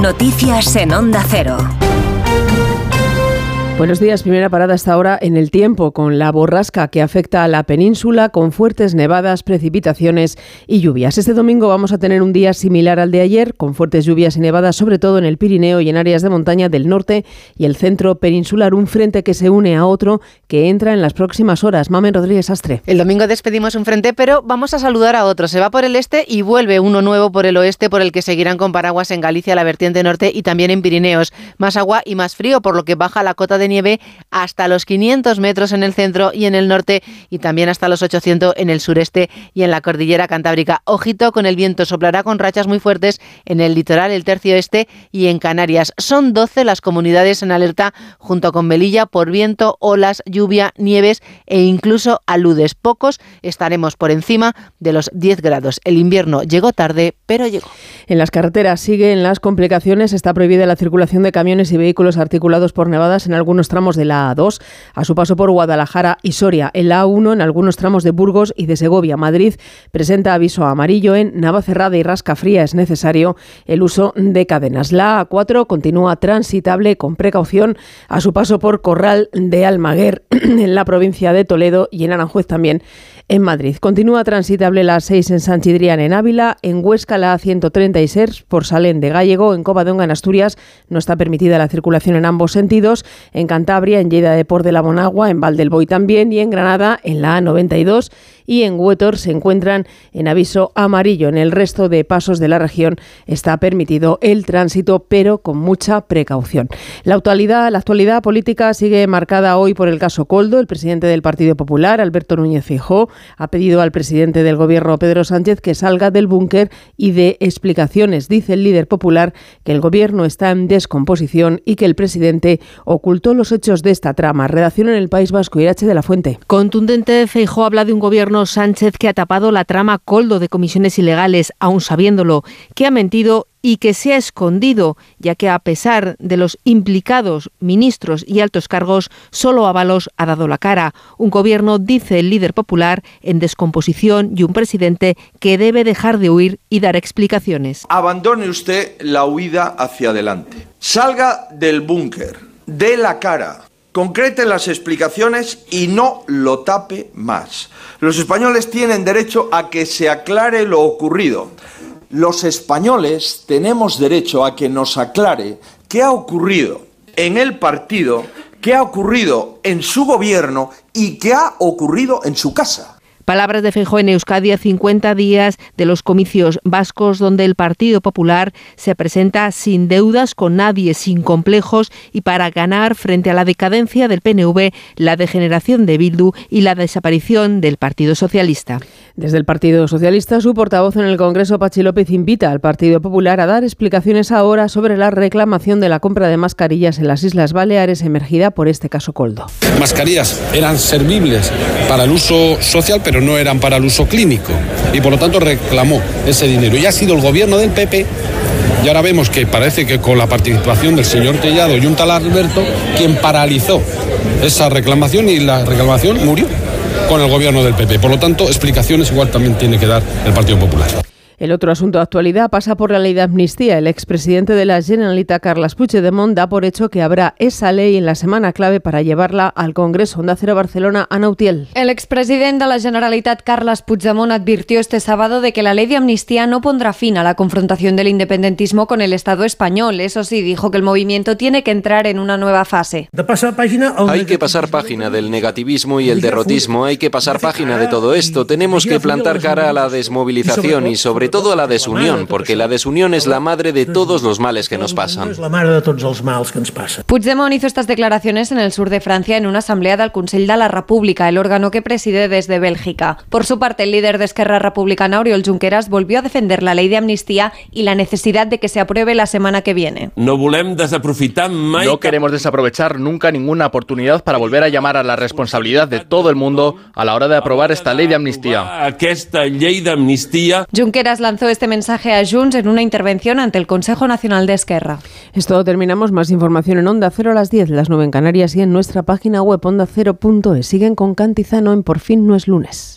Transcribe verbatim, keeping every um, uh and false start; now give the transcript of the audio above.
Noticias en Onda Cero. Buenos días, primera parada hasta ahora en el tiempo, con la borrasca que afecta a la península, con fuertes nevadas, precipitaciones y lluvias. Este domingo vamos a tener un día similar al de ayer, con fuertes lluvias y nevadas, sobre todo en el Pirineo y en áreas de montaña del norte y el centro peninsular, un frente que se une a otro que entra en las próximas horas. Mamen Rodríguez Astre. El domingo despedimos un frente, pero vamos a saludar a otro. Se va por el este y vuelve uno nuevo por el oeste, por el que seguirán con paraguas en Galicia, la vertiente norte y también en Pirineos. Más agua y más frío, por lo que baja la cota de nieve hasta los quinientos metros en el centro y en el norte y también hasta los ochocientos en el sureste y en la cordillera cantábrica. Ojito con el viento, soplará con rachas muy fuertes en el litoral, el tercio este y en Canarias. Son doce las comunidades en alerta junto con Melilla por viento, olas, lluvia, nieves e incluso aludes. Pocos estaremos por encima de los diez grados. El invierno llegó tarde, pero llegó. En las carreteras siguen las complicaciones. Está prohibida la circulación de camiones y vehículos articulados por nevadas en algunos tramos de la A dos, a su paso por Guadalajara y Soria. En la A uno, en algunos tramos de Burgos y de Segovia. Madrid presenta aviso amarillo en Navacerrada y Rascafría. Es necesario el uso de cadenas. La A cuatro continúa transitable con precaución a su paso por Corral de Almaguer en la provincia de Toledo y en Aranjuez también en Madrid. Continúa transitable la A seis en San Chidrián en Ávila, en Huesca la A ciento treinta y seis por Salén de Gállego, en Covadonga en Asturias no está permitida la circulación en ambos sentidos, en Cantabria, en Lleida de Port de la Monagua, en Valdelboy también y en Granada en la A noventa y dos y en Huétor se encuentran en aviso amarillo. En el resto de pasos de la región está permitido el tránsito, pero con mucha precaución. La actualidad, la actualidad política sigue marcada hoy por el caso Koldo. El presidente del Partido Popular, Alberto Núñez Feijóo, ha pedido al presidente del Gobierno, Pedro Sánchez, que salga del búnker y dé explicaciones. Dice el líder popular que el Gobierno está en descomposición y que el presidente ocultó los hechos de esta trama. Redacción en El País Vasco, Irache de la Fuente. Contundente, Feijóo habla de un Gobierno Sánchez que ha tapado la trama Koldo de comisiones ilegales, aún sabiéndolo, que ha mentido y que se ha escondido, ya que a pesar de los implicados ministros y altos cargos, solo Ábalos ha dado la cara. Un gobierno, dice el líder popular, en descomposición y un presidente que debe dejar de huir y dar explicaciones. Abandone usted la huida hacia adelante. Salga del búnker, dé la cara, concrete las explicaciones y no lo tape más. Los españoles tienen derecho a que se aclare lo ocurrido. Los españoles tenemos derecho a que nos aclare qué ha ocurrido en el partido, qué ha ocurrido en su gobierno y qué ha ocurrido en su casa. Palabras de Feijóo en Euskadi a cincuenta días de los comicios vascos, donde el Partido Popular se presenta sin deudas con nadie, sin complejos y para ganar frente a la decadencia del P N V, la degeneración de Bildu y la desaparición del Partido Socialista. Desde el Partido Socialista, su portavoz en el Congreso, Patxi López, invita al Partido Popular a dar explicaciones ahora sobre la reclamación de la compra de mascarillas en las Islas Baleares emergida por este caso Koldo. Mascarillas eran servibles para el uso social, pero no eran para el uso clínico y por lo tanto reclamó ese dinero. Y ha sido el gobierno del P P, y ahora vemos que parece que con la participación del señor Tellado y un tal Alberto, quien paralizó esa reclamación y la reclamación murió con el gobierno del P P. Por lo tanto, explicaciones igual también tiene que dar el Partido Popular. El otro asunto de actualidad pasa por la ley de amnistía. El expresidente de la Generalitat, Carles Puigdemont, da por hecho que habrá esa ley en la semana clave para llevarla al Congreso. Onda Cero Barcelona, Ana Utiel. El expresidente de la Generalitat, Carles Puigdemont, advirtió este sábado de que la ley de amnistía no pondrá fin a la confrontación del independentismo con el Estado español. Eso sí, dijo que el movimiento tiene que entrar en una nueva fase. Hay que pasar página del negativismo y el derrotismo. Hay que pasar página de todo esto. Tenemos que plantar cara a la desmovilización y sobre todo a la desunión, porque la desunión es la madre de todos los males que nos pasan. Puigdemont hizo estas declaraciones en el sur de Francia en una asamblea del Consell de la República, el órgano que preside desde Bélgica. Por su parte, el líder de Esquerra Republicana, Oriol Junqueras, volvió a defender la ley de amnistía y la necesidad de que se apruebe la semana que viene. No queremos desaprovechar nunca ninguna oportunidad para volver a llamar a la responsabilidad de todo el mundo a la hora de aprobar esta ley de amnistía. Junqueras lanzó este mensaje a Junts en una intervención ante el Consejo Nacional de Esquerra. Esto terminamos. Más información en Onda Cero a las diez, las nueve en Canarias y en nuestra página web onda cero punto es. Siguen con Cantizano en Por fin no es lunes.